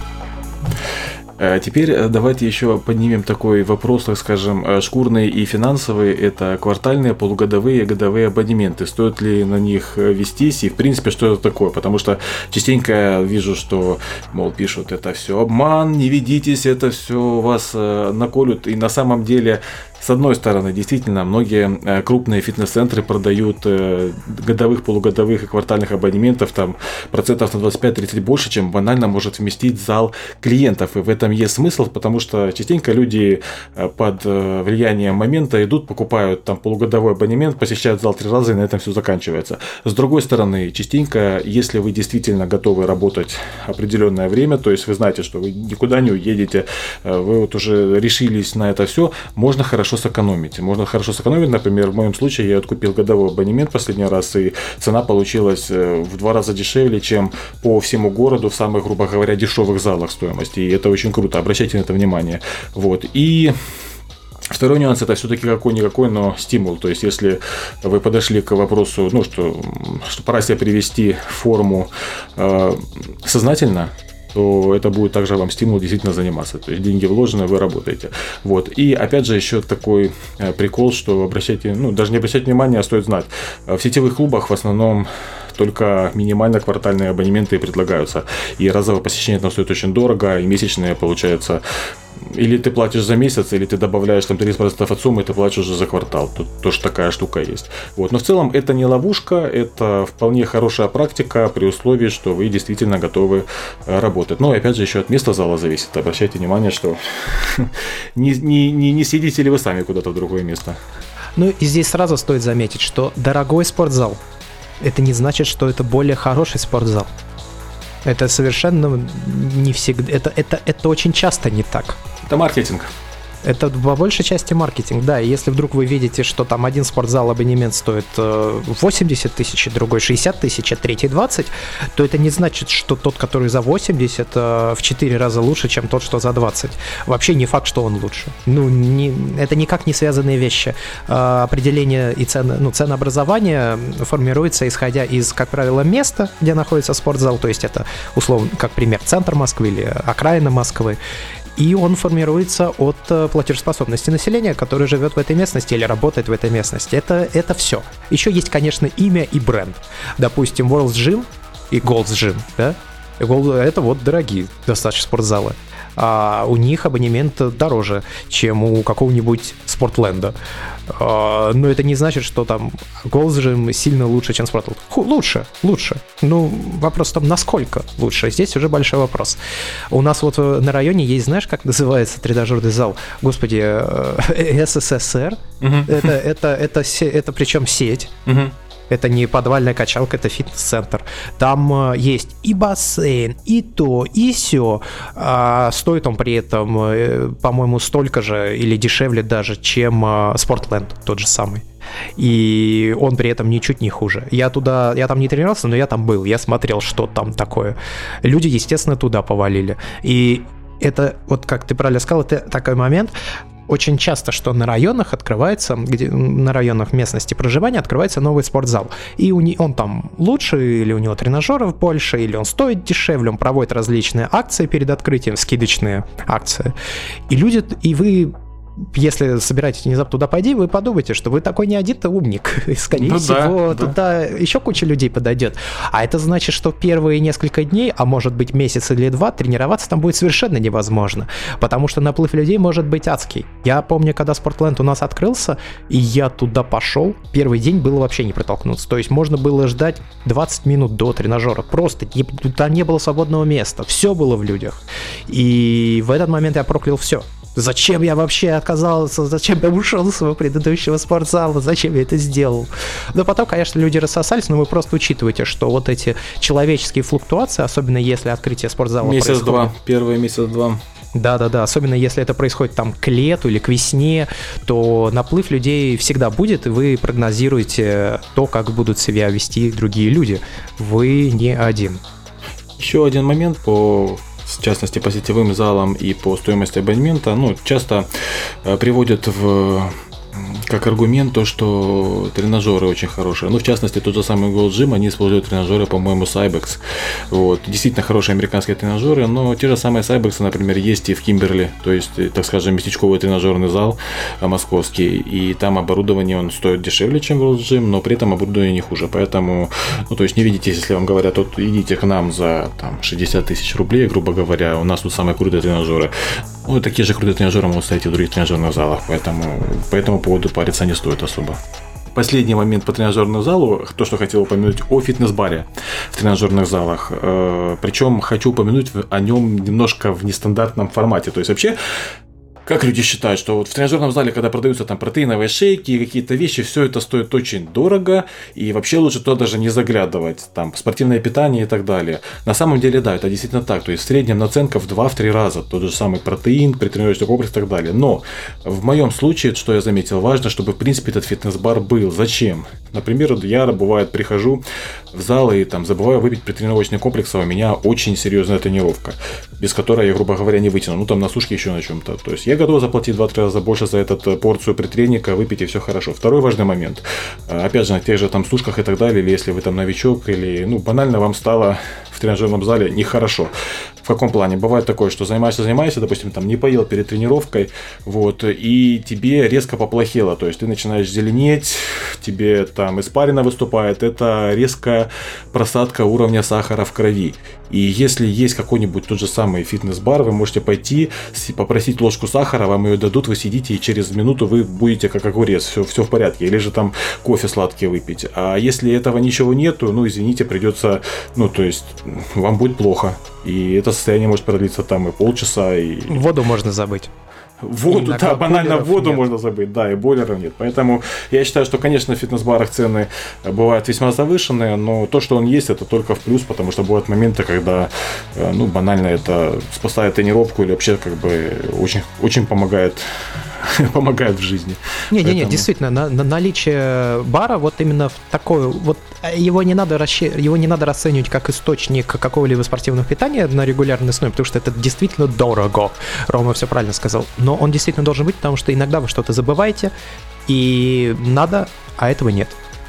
Теперь давайте еще поднимем такой вопрос, так скажем, шкурные и финансовые. Это квартальные, полугодовые, годовые абонементы. Стоит ли на них вестись и, в принципе, что это такое? Потому что частенько вижу, что, мол, пишут, это все обман, не ведитесь, это все вас наколют. И на самом деле... С одной стороны, действительно, многие крупные фитнес-центры продают годовых, полугодовых и квартальных абонементов там процентов на двадцать пять-тридцать больше, чем банально может вместить зал клиентов. И в этом есть смысл, потому что частенько люди под влиянием момента идут, покупают там полугодовой абонемент, посещают зал три раза, и на этом все заканчивается. С другой стороны, частенько, если вы действительно готовы работать определенное время, то есть вы знаете, что вы никуда не уедете, вы вот уже решились на это все, можно хорошо сэкономить. Можно хорошо сэкономить, например, в моем случае я откупил годовой абонемент последний раз, и цена получилась в два раза дешевле, чем по всему городу в самых, грубо говоря, дешевых залах стоимости. И это очень круто, обращайте на это внимание. Вот. И второй нюанс — это все-таки какой-никакой, но стимул. То есть, если вы подошли к вопросу, ну, что, что пора себя привести в форму э, сознательно, то это будет также вам стимул действительно заниматься. То есть деньги вложены, вы работаете. Вот. И опять же еще такой прикол, что обращайте, ну даже не обращайте внимания, а стоит знать. В сетевых клубах в основном только минимально квартальные абонементы предлагаются. И разовое посещение там стоит очень дорого, и месячные получается. Или ты платишь за месяц, или ты добавляешь там тридцать процентов от суммы, и ты платишь уже за квартал. Тут тоже такая штука есть. Вот. Но в целом это не ловушка, это вполне хорошая практика при условии, что вы действительно готовы работать. Но опять же еще от места зала зависит. Обращайте внимание, что не, не, не, не съедете ли вы сами куда-то в другое место. Ну и здесь сразу стоит заметить, что дорогой спортзал — это не значит, что это более хороший спортзал. Это совершенно не всегда, это, это, это очень часто не так. Это маркетинг. Это по большей части маркетинг, да. И если вдруг вы видите, что там один спортзал абонемент стоит восемьдесят тысяч, другой шестьдесят тысяч, а третий двадцать, то это не значит, что тот, который за восемьдесят, в четыре раза лучше, чем тот, что за двадцать. Вообще не факт, что он лучше. Ну, не, это никак не связанные вещи. Определение и цены, ну, ценообразование формируется, исходя из, как правило, места, где находится спортзал, то есть это, условно, как пример, центр Москвы или окраина Москвы. И он формируется от платежеспособности населения, которое живет в этой местности или работает в этой местности. Это, это все. Еще есть, конечно, имя и бренд. Допустим, World's Gym и Gold's Gym, да? Это вот дорогие достаточно спортзалы. А у них абонемент дороже, чем у какого-нибудь Спортленда. А, но это не значит, что там Gold's Gym сильно лучше, чем Спортленд. Ху, лучше, лучше. Ну, вопрос в том, насколько лучше. Здесь уже большой вопрос. У нас вот на районе есть, знаешь, как называется тренажерный зал? Господи, СССР. Угу. Это, это, это, это, это причем сеть. Угу. Это не подвальная качалка, это фитнес-центр. Там э, есть и бассейн, и то, и сё. А стоит он при этом, э, по-моему, столько же или дешевле даже, чем э, Спортленд, тот же самый. И он при этом ничуть не хуже. Я туда, я там не тренировался, но я там был, я смотрел, что там такое. Люди, естественно, туда повалили. И это, вот как ты правильно сказал, это такой момент. Очень часто, что на районах открывается, где, на районах местности проживания открывается новый спортзал. И у не, он там лучше, или у него тренажеров больше, или он стоит дешевле, он проводит различные акции перед открытием, скидочные акции. И люди, и вы... Если собираетесь внезапно туда пойти, вы подумайте, что вы такой не один-то умник. И, скорее ну, всего, да, туда да. еще куча людей подойдет. А это значит, что первые несколько дней, а может быть месяц или два, тренироваться там будет совершенно невозможно. Потому что наплыв людей может быть адский. Я помню, когда Спортленд у нас открылся, и я туда пошел, первый день было вообще не протолкнуться. То есть можно было ждать двадцать минут до тренажера. Просто там не было свободного места. Все было в людях. И в этот момент я проклял все. Зачем я вообще отказался, зачем я ушел из своего предыдущего спортзала, зачем я это сделал? Но потом, конечно, люди рассосались, но вы просто учитываете, что вот эти человеческие флуктуации, особенно если открытие спортзала месяц-два, происходит... первый месяц-два. Да-да-да, особенно если это происходит там к лету или к весне, то наплыв людей всегда будет, и вы прогнозируете то, как будут себя вести другие люди. Вы не один. Еще один момент по... в частности, по сетевым залам и по стоимости абонемента, ну, часто э, приводят в, как аргумент то, что тренажеры очень хорошие. Ну, в частности, тот же самый Gold's Gym, они используют тренажеры, по-моему, Cybex. Вот. Действительно хорошие американские тренажеры, но те же самые Cybex, например, есть и в Кимберли, то есть, так скажем, местечковый тренажерный зал московский, и там оборудование, он стоит дешевле, чем Gold's Gym, но при этом оборудование не хуже, поэтому, ну, то есть, не видите, если вам говорят, вот идите к нам за там, шестьдесят тысяч рублей, грубо говоря, у нас тут самые крутые тренажеры. Ну, такие же крутые тренажеры могут стоять и в других тренажерных залах, поэтому по этому поводу париться не стоит особо. Последний момент по тренажерному залу, то, что хотел упомянуть о фитнес-баре в тренажерных залах. Причем хочу упомянуть о нем немножко в нестандартном формате. То есть вообще, как люди считают, что вот в тренажерном зале, когда продаются там протеиновые шейки и какие-то вещи, все это стоит очень дорого, и вообще лучше туда даже не заглядывать, там, спортивное питание и так далее. На самом деле, да, это действительно так, то есть в среднем наценка в два-три раза, тот же самый протеин, предтренировочный комплекс и так далее. Но в моем случае, что я заметил, важно, чтобы в принципе этот фитнес-бар был. Зачем? Например, я, бывает, прихожу в зал и там забываю выпить предтренировочный комплекс, а у меня очень серьезная тренировка, без которой я, грубо говоря, не вытяну, ну там на сушке еще на чем-то, то есть я готов заплатить два-три раза больше за эту порцию предтреника, выпить и все хорошо. Второй важный момент. Опять же, на тех же там сушках и так далее, или если вы там новичок, или ну банально вам стало в тренажерном зале нехорошо. В каком плане? Бывает такое, что занимаешься, занимаешься, допустим, там не поел перед тренировкой, вот, и тебе резко поплохело, то есть ты начинаешь зеленеть, тебе там испарина выступает, это резкая просадка уровня сахара в крови. И если есть какой-нибудь тот же самый фитнес-бар, вы можете пойти, попросить ложку сахара, вам ее дадут, вы сидите, и через минуту вы будете как огурец, все, все в порядке. Или же там кофе сладкий выпить. А если этого ничего нету, ну, извините, придется, ну, то есть, вам будет плохо. И это состояние может продлиться там и полчаса. И... Воду можно забыть. Воду, да, банально воду нет. Можно забыть, да, и бойлеров нет. Поэтому я считаю, что, конечно, в фитнес-барах цены бывают весьма завышенные, но то, что он есть, это только в плюс, потому что бывают моменты, когда, ну, банально это спасает тренировку или вообще как бы очень, очень помогает, помогает в жизни. Не-не-не, Поэтому... действительно, на, на наличие бара вот именно в такой, вот его не надо расщ... его не надо расценивать как источник какого-либо спортивного питания на регулярной основе, потому что это действительно дорого. Рома все правильно сказал. Но он действительно должен быть, потому что иногда вы что-то забываете, и надо, а этого нет.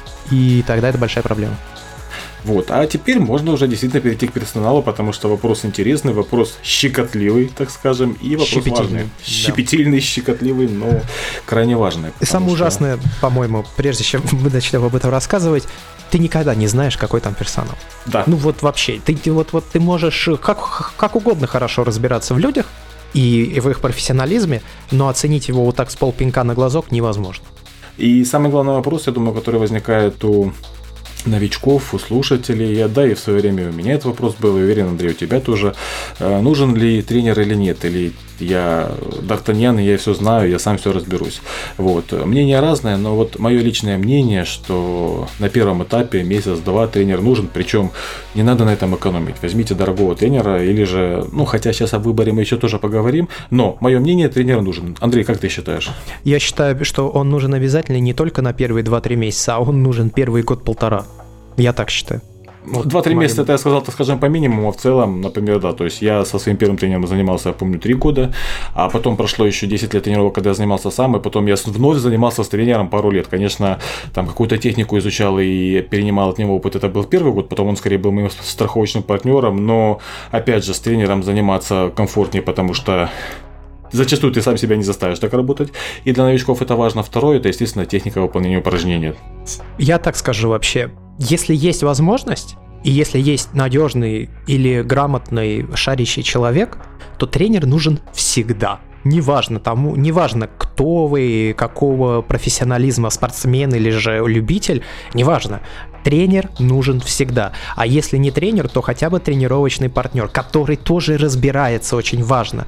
И тогда это большая проблема. Вот, а теперь можно уже действительно перейти к персоналу, потому что вопрос интересный, вопрос щекотливый, так скажем, и вопрос важный. Да. Щепетильный, щекотливый, но крайне важный. И самое что... ужасное, по-моему, прежде чем мы начнем об этом рассказывать, ты никогда не знаешь, какой там персонал. Да. Ну вот вообще, ты, вот, вот, ты можешь как, как угодно хорошо разбираться в людях и, и в их профессионализме, но оценить его вот так с полпинка на глазок невозможно. И самый главный вопрос, я думаю, который возникает у новичков, у слушателей, я, да, и в свое время у меня этот вопрос был, и уверен, Андрей, у тебя тоже, нужен ли тренер или нет, или я Д'Артаньян, и я все знаю, я сам все разберусь. Вот. Мнение разное, но вот мое личное мнение, что на первом этапе месяц-два тренер нужен, причем не надо на этом экономить. Возьмите дорогого тренера, или же, ну, хотя сейчас о выборе мы еще тоже поговорим, но мое мнение, тренер нужен. Андрей, как ты считаешь? Я считаю, что он нужен обязательно не только на первые два-три месяца, а он нужен первый год-полтора. Я так считаю. Вот два-три моим... месяца это я сказал, так скажем, по минимуму, а в целом, например, да, то есть я со своим первым тренером занимался, я помню, три года, а потом прошло еще десять лет тренировок, когда я занимался сам, и потом я вновь занимался с тренером пару лет. Конечно, там какую-то технику изучал и перенимал от него опыт, это был первый год, потом он скорее был моим страховочным партнером, но, опять же, с тренером заниматься комфортнее, потому что зачастую ты сам себя не заставишь так работать. И для новичков это важно. Второе, это, естественно, техника выполнения упражнений. Я так скажу вообще. Если есть возможность, и если есть надежный или грамотный шарящий человек, то тренер нужен всегда. Неважно тому, неважно, кто вы, какого профессионализма, спортсмен или же любитель, неважно. Тренер нужен всегда. А если не тренер, то хотя бы тренировочный партнер, который тоже разбирается, очень важно.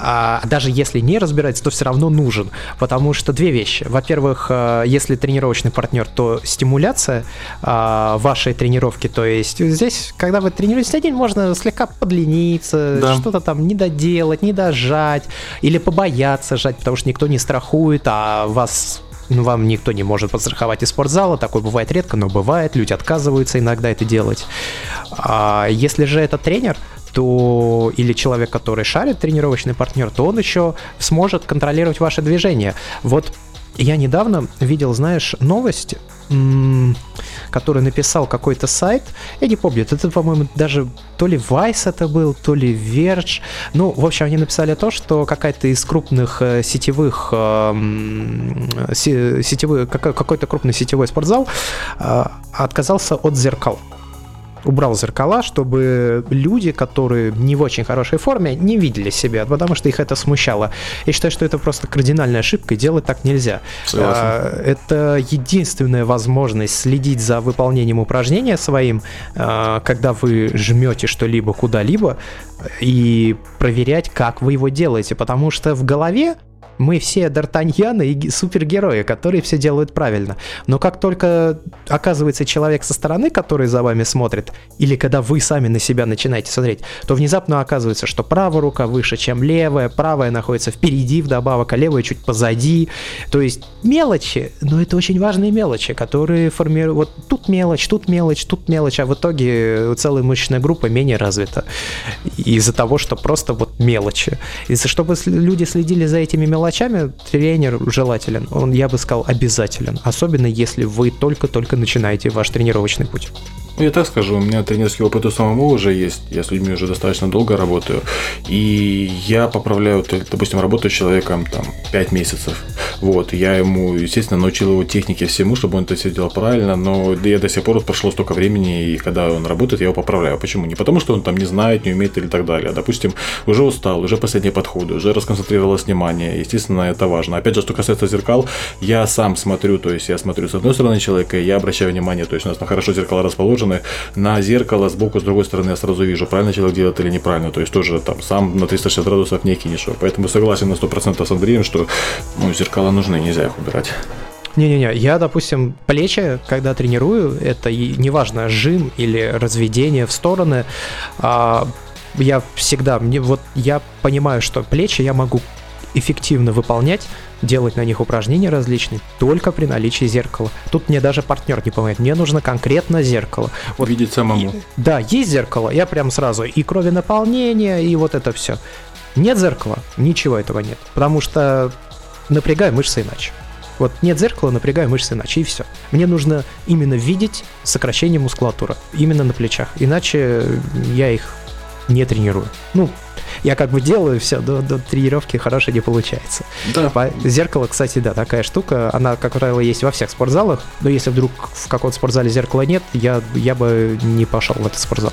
А даже если не разбирается, то все равно нужен. Потому что две вещи. Во-первых, если тренировочный партнер, то стимуляция вашей тренировки. То есть здесь, когда вы тренируетесь на день, можно слегка подлиниться, да. Что-то там не доделать, не дожать, или побояться жать, потому что никто не страхует, а вас... Ну, вам никто не может подстраховать из спортзала, такое бывает редко, но бывает, люди отказываются иногда это делать. А если же это тренер, то или человек, который шарит, тренировочный партнер, то он еще сможет контролировать ваши движения. Вот я недавно видел, знаешь, новость, который написал какой-то сайт, я не помню, это, по-моему, даже то ли Vice это был, то ли Verge, ну, в общем, они написали то, что какая-то из крупных сетевых, сетевой, какой-то крупный сетевой спортзал отказался от зеркал. Убрал зеркала, чтобы люди, которые не в очень хорошей форме, не видели себя, потому что их это смущало. Я считаю, что это просто кардинальная ошибка, и делать так нельзя. Согласен. Это единственная возможность следить за выполнением упражнения своим, когда вы жмете что-либо куда-либо, и проверять, как вы его делаете, потому что в голове мы все Д'Артаньяны и супергерои, которые все делают правильно. Но как только оказывается человек со стороны, который за вами смотрит, или когда вы сами на себя начинаете смотреть, то внезапно оказывается, что правая рука выше, чем левая, правая находится впереди вдобавок, а левая чуть позади. То есть мелочи, но это очень важные мелочи, которые формируют... Вот тут мелочь, тут мелочь, тут мелочь, а в итоге целая мышечная группа менее развита. Из-за того, что просто вот мелочи. Из-за чтобы люди следили за этими мелочами, тренер желателен, он, я бы сказал, обязателен, особенно если вы только-только начинаете ваш тренировочный путь. Ну, я так скажу, у меня тренерский опыт у самого уже есть, я с людьми уже достаточно долго работаю, и я поправляю, допустим, работаю с человеком там пять месяцев, Вот, я ему, естественно, научил его технике всему, чтобы он это все делал правильно, но я до сих пор прошло столько времени, и когда он работает, я его поправляю. Почему? Не потому, что он там не знает, не умеет или так далее. Допустим, уже устал, уже последние подходы, уже расконцентрировалось внимание. Естественно, это важно. Опять же, что касается зеркал, я сам смотрю, то есть я смотрю с одной стороны человека, я обращаю внимание, то есть у нас на хорошо зеркала расположены, на зеркало сбоку, с другой стороны я сразу вижу, правильно человек делает или неправильно. То есть тоже там сам на триста шестьдесят градусов не кинешь. Поэтому согласен на сто процентов с Андреем, что ну, зеркала нужны, нельзя их убирать. Не-не-не, я, допустим, плечи, когда тренирую, это и неважно, жим или разведение в стороны, а, я всегда, мне, вот я понимаю, что плечи я могу эффективно выполнять, делать на них упражнения различные только при наличии зеркала. Тут мне даже партнер не помогает, мне нужно конкретно зеркало. Вот, видеть самому. И, да, есть зеркало, я прям сразу и кровенаполнение, и вот это все. Нет зеркала, ничего этого нет, потому что напрягаю мышцы иначе. Вот нет зеркала, напрягаю мышцы иначе, и все. Мне нужно именно видеть сокращение мускулатуры, именно на плечах, иначе я их не тренирую. Ну, я как бы делаю все, до, до тренировки хорошо не получается. Да. По... Зеркало, кстати, да, такая штука, она, как правило, есть во всех спортзалах, но если вдруг в каком-то спортзале зеркала нет, я, я бы не пошел в этот спортзал.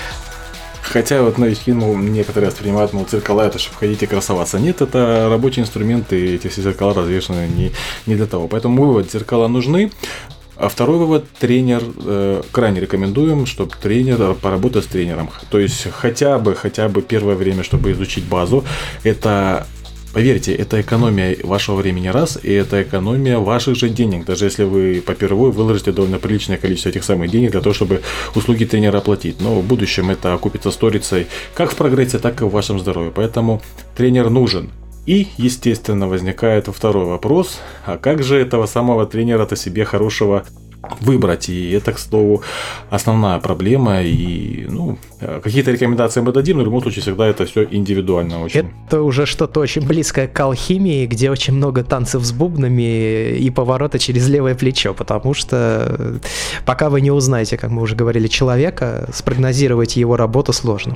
Хотя вот новички, ну, некоторые воспринимают, мол, зеркала это чтобы ходить и красоваться. Нет, это рабочие инструменты, и эти все зеркала развешаны не, не для того. Поэтому вывод, зеркала нужны. А второй вывод, тренер, э, крайне рекомендуем, чтобы тренер поработал с тренером. То есть хотя бы, хотя бы первое время, чтобы изучить базу, это... Поверьте, это экономия вашего времени раз, и это экономия ваших же денег. Даже если вы попервой выложите довольно приличное количество этих самых денег для того, чтобы услуги тренера оплатить. Но в будущем это окупится сторицей как в прогрессе, так и в вашем здоровье. Поэтому тренер нужен. И, естественно, возникает второй вопрос, а как же этого самого тренера-то себе хорошего выбрать? И это, к слову, основная проблема. И, ну, какие-то рекомендации мы дадим, но в любом случае всегда это все индивидуально очень. Это уже что-то очень близкое к алхимии, где очень много танцев с бубнами и поворота через левое плечо, потому что пока вы не узнаете, как мы уже говорили, человека, спрогнозировать его работу сложно.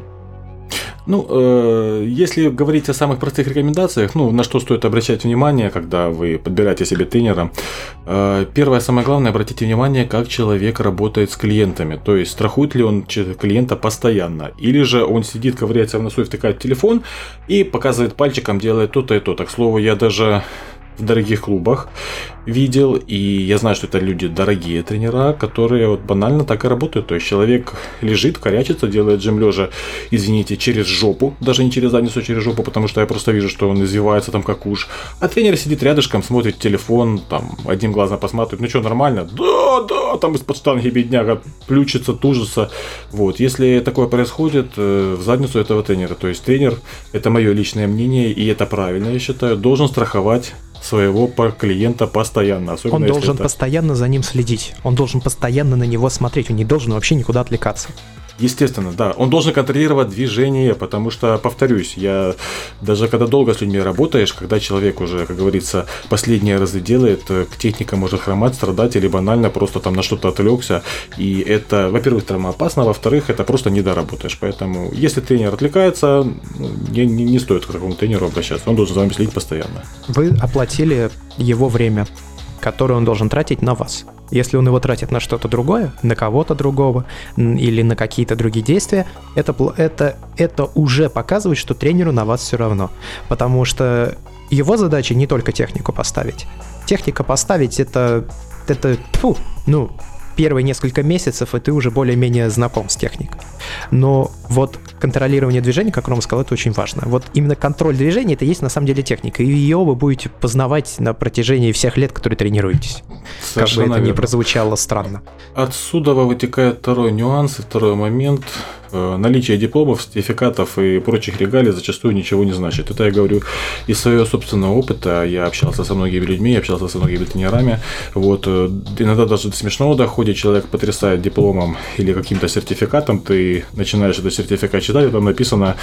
Ну, э, если говорить о самых простых рекомендациях, ну, на что стоит обращать внимание, когда вы подбираете себе тренера, э, первое, самое главное, обратите внимание, как человек работает с клиентами, то есть страхует ли он клиента постоянно, или же он сидит, ковыряется в носу и втыкает в телефон и показывает пальчиком, делает то-то и то-то. К слову, я даже в дорогих клубах видел, и я знаю, что это люди дорогие тренера, которые вот банально так и работают. То есть человек лежит, корячится, делает жим лежа, извините, через жопу, даже не через задницу, а через жопу, потому что я просто вижу, что он извивается там как уж. А тренер сидит рядышком, смотрит телефон, там одним глазом посматривает, ну что, нормально? Да, да, там из-под штанги бедняга плющится, тужится. Вот, если такое происходит, в задницу этого тренера. То есть тренер, это мое личное мнение, и это правильно, я считаю, должен страховать своего клиента постоянно. Он должен это... постоянно за ним следить. Он должен постоянно на него смотреть. Он не должен вообще никуда отвлекаться. Естественно, да. Он должен контролировать движение, потому что, повторюсь, я даже когда долго с людьми работаешь, когда человек уже, как говорится, последние разы делает, к технике может хромать, страдать или банально просто там на что-то отвлекся. И это, во-первых, травмоопасно, а во-вторых, это просто не доработаешь. Поэтому, если тренер отвлекается, не, не, не стоит к такому тренеру обращаться. Он должен за вами следить постоянно. Вы оплатили его время, которое он должен тратить на вас. Если он его тратит на что-то другое, на кого-то другого или на какие-то другие действия, это, это, это уже показывает, что тренеру на вас все равно. Потому что его задача не только технику поставить. Техника поставить это, это тьфу, ну, первые несколько месяцев, и ты уже более-менее знаком с техникой. Но вот контролирование движения, как Рома сказал, это очень важно. Вот именно контроль движения, это есть на самом деле техника, и ее вы будете познавать на протяжении всех лет, которые тренируетесь. Совершенно как бы это верно. ни прозвучало странно. Отсюда вытекает второй нюанс и второй момент. Наличие дипломов, сертификатов и прочих регалий зачастую ничего не значит. Это я говорю из своего собственного опыта. Я общался со многими людьми, я общался со многими тренерами. Вот. Иногда даже до смешного доходит. Человек потрясает дипломом или каким-то сертификатом. Ты начинаешь этот сертификат читать, и там написано: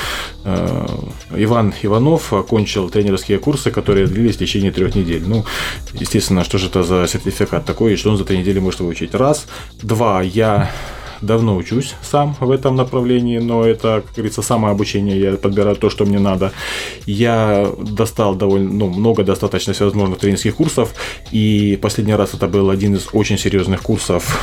Иван Иванов окончил тренерские курсы, которые длились в течение трех недель. Ну, естественно, что же это за сертификат такой, и что он за три недели может выучить? Раз. Два. Я давно учусь сам в этом направлении, но это, как говорится, самообучение, я подбираю то, что мне надо. Я достал довольно ну, много достаточно всевозможных тренерских курсов, и последний раз это был один из очень серьезных курсов,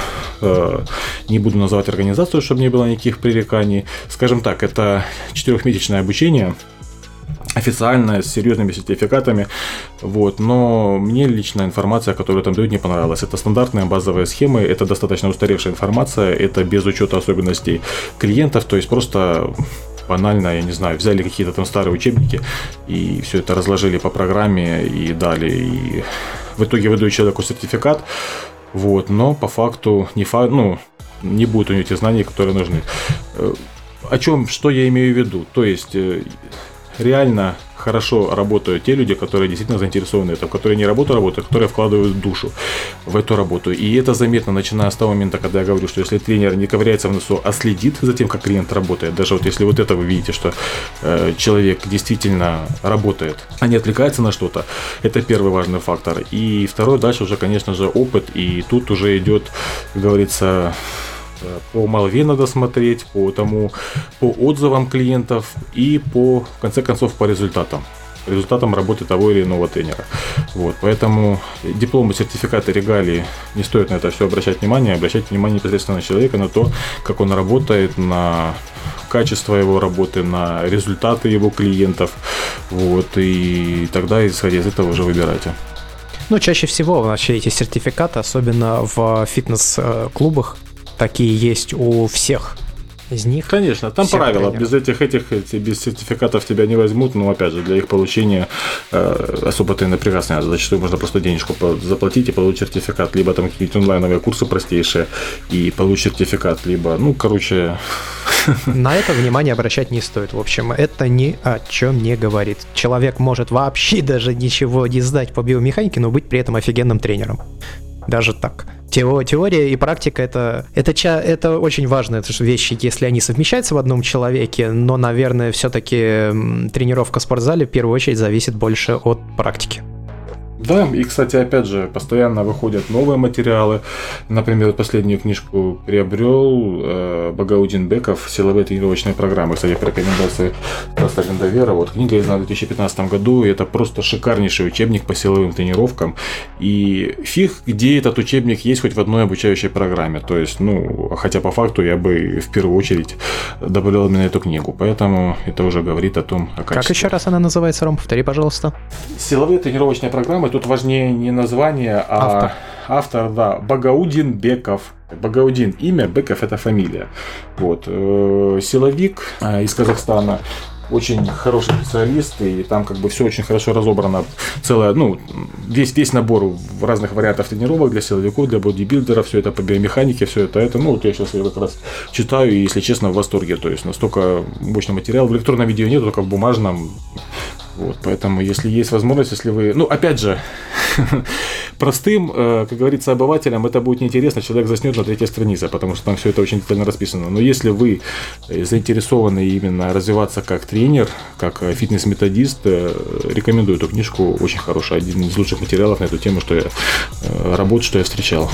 не буду называть организацию, чтобы не было никаких пререканий. Скажем так, это четырехмесячное обучение, официальная, с серьезными сертификатами, вот, но мне лично информация, которую там дают, не понравилась. Это стандартные базовые схемы, это достаточно устаревшая информация, это без учета особенностей клиентов, то есть просто банально, я не знаю, взяли какие-то там старые учебники и все это разложили по программе и дали, и в итоге выдают человеку сертификат, вот, но по факту не, фа- ну, не будет у него тех знаний, которые нужны. О чем, что я имею в виду? То есть реально хорошо работают те люди, которые действительно заинтересованы в этом, которые не работу работают, а которые вкладывают душу в эту работу. И это заметно, начиная с того момента, когда я говорю, что если тренер не ковыряется в носу, а следит за тем, как клиент работает, даже вот если вот это вы видите, что э, человек действительно работает, а не отвлекается на что-то, это первый важный фактор. И второй, дальше уже, конечно же, опыт, и тут уже идет, как говорится, по молве надо смотреть, по тому, по отзывам клиентов и по, в конце концов, по результатам. результатам работы того или иного тренера. Вот, поэтому дипломы, сертификаты, регалии, не стоит на это все обращать внимание, обращать внимание непосредственно на человека, на то, как он работает, на качество его работы, на результаты его клиентов. Вот, и тогда, исходя из этого, уже выбирайте. Ну, чаще всего вообще эти сертификаты, особенно в фитнес-клубах, такие есть у всех из них. Конечно, там правила, без этих, этих, без сертификатов тебя не возьмут, но опять же, для их получения э, особо ты напрягаться не надо. Зачастую можно просто денежку заплатить и получить сертификат, либо там какие-то онлайновые курсы простейшие и получить сертификат, либо, ну, короче... На это внимание обращать не стоит. В общем, это ни о чем не говорит. Человек может вообще даже ничего не знать по биомеханике, но быть при этом офигенным тренером. Даже так. Теория и практика это, это, это очень важные вещи, если они совмещаются в одном человеке, но, наверное, все-таки тренировка в спортзале в первую очередь зависит больше от практики. Да, и, кстати, опять же, постоянно выходят новые материалы. Например, последнюю книжку приобрел э, Багаудин Беков «Силовые тренировочные программы». Кстати, по рекомендации Стаса Вера. Вот, книга издана в две тысячи пятнадцатом году, и это просто шикарнейший учебник по силовым тренировкам. И фиг, где этот учебник есть хоть в одной обучающей программе. То есть, ну, хотя по факту я бы в первую очередь добавлял именно эту книгу. Поэтому это уже говорит о том, о качестве. Как еще раз она называется, Ром? Повтори, пожалуйста. «Силовые тренировочные программы». Тут важнее не название, а автор, автор да, Багаудин Беков. Багаудин имя, Беков это фамилия. Вот. Силовик из Казахстана. Очень хороший специалист, и там как бы все очень хорошо разобрано. Целое, ну, весь, весь набор разных вариантов тренировок для силовиков, для бодибилдеров, все это по биомеханике, все это, это, ну, вот я сейчас как раз читаю, и, если честно, в восторге. То есть настолько мощный материал. В электронном видео нет, только в бумажном. Вот, поэтому, если есть возможность, если вы... Ну, опять же, простым, как говорится, обывателям это будет неинтересно, человек заснет на третьей странице, потому что там все это очень детально расписано. Но если вы заинтересованы именно развиваться как тренер, как фитнес-методист, рекомендую эту книжку, очень хорошая, один из лучших материалов на эту тему, что я работу, что я встречал.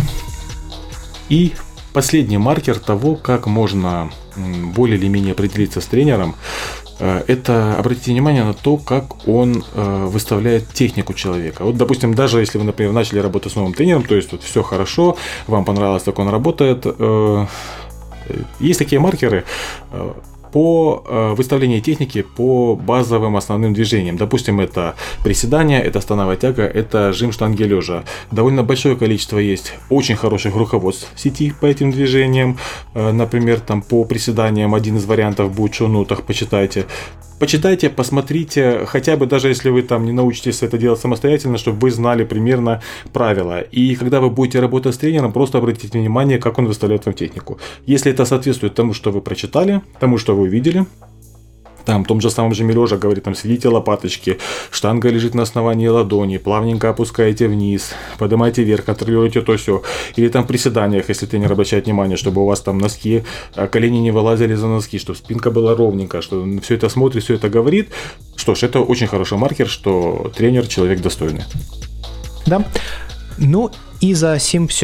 И последний маркер того, как можно более или менее определиться с тренером, это обратите внимание на то, как он э, выставляет технику человека. Вот, допустим, даже если вы, например, начали работать с новым тренером, то есть вот все хорошо, вам понравилось, как он работает, э, есть такие маркеры э, по э, выставлению техники по базовым основным движениям. Допустим, это приседания, это становая тяга, это жим штанги лежа. Довольно большое количество есть очень хороших руководств в сети по этим движениям. Э, например, там по приседаниям один из вариантов будет в шоу-нотах, почитайте. Почитайте, посмотрите, хотя бы даже если вы там не научитесь это делать самостоятельно, чтобы вы знали примерно правила. И когда вы будете работать с тренером, просто обратите внимание, как он выставляет вам технику. Если это соответствует тому, что вы прочитали, тому, что вы увидели, там в том же самом жиме лежа говорит, там сведите лопаточки, штанга лежит на основании ладони, плавненько опускаете вниз, поднимаете вверх, контролируете то все. Или там в приседаниях, если тренер обращает внимание, чтобы у вас там носки, колени не вылазили за носки, чтобы спинка была ровненькая, что все это смотрит, все это говорит. Что ж, это очень хороший маркер, что тренер человек достойный. Да. Ну и за сим все.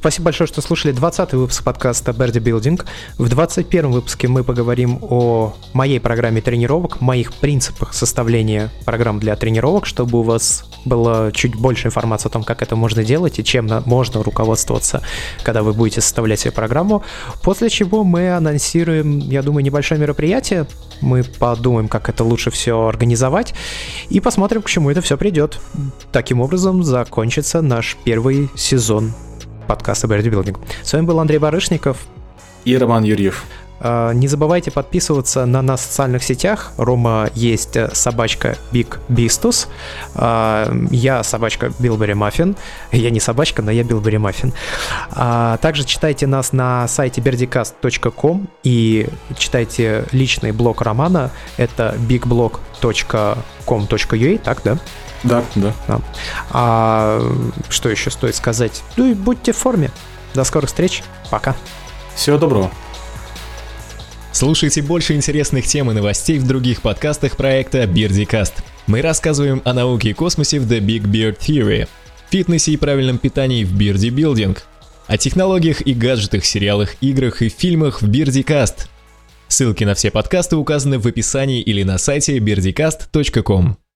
Спасибо большое, что слушали двадцатый выпуск подкаста Birdie Building. В двадцать первом выпуске мы поговорим о моей программе тренировок, моих принципах составления программ для тренировок, чтобы у вас было чуть больше информации о том, как это можно делать и чем можно руководствоваться, когда вы будете составлять себе программу. После чего мы анонсируем, я думаю, небольшое мероприятие. Мы подумаем, как это лучше все организовать, и посмотрим, к чему это все придет. Таким образом, закончится наш первый сезон подкаста Birdie Building. С вами был Андрей Барышников и Роман Юрьев. Не забывайте подписываться на нас в социальных сетях. Рома есть собачка Big Bistus. Я собачка Билбери Маффин. Я не собачка, но я Билбери Маффин. Также читайте нас на сайте birdicast точка ком и читайте личный блог Романа. Это bigblog точка com точка ю а, так, да? Да, да. А, а что еще стоит сказать? Ну и будьте в форме. До скорых встреч. Пока. Всего доброго. Слушайте больше интересных тем и новостей в других подкастах проекта BirdieCast. Мы рассказываем о науке и космосе в The Big Beard Theory, фитнесе и правильном питании в Birdie Building, о технологиях и гаджетах, сериалах, играх и фильмах в BirdieCast. Ссылки на все подкасты указаны в описании или на сайте birdicast точка ком.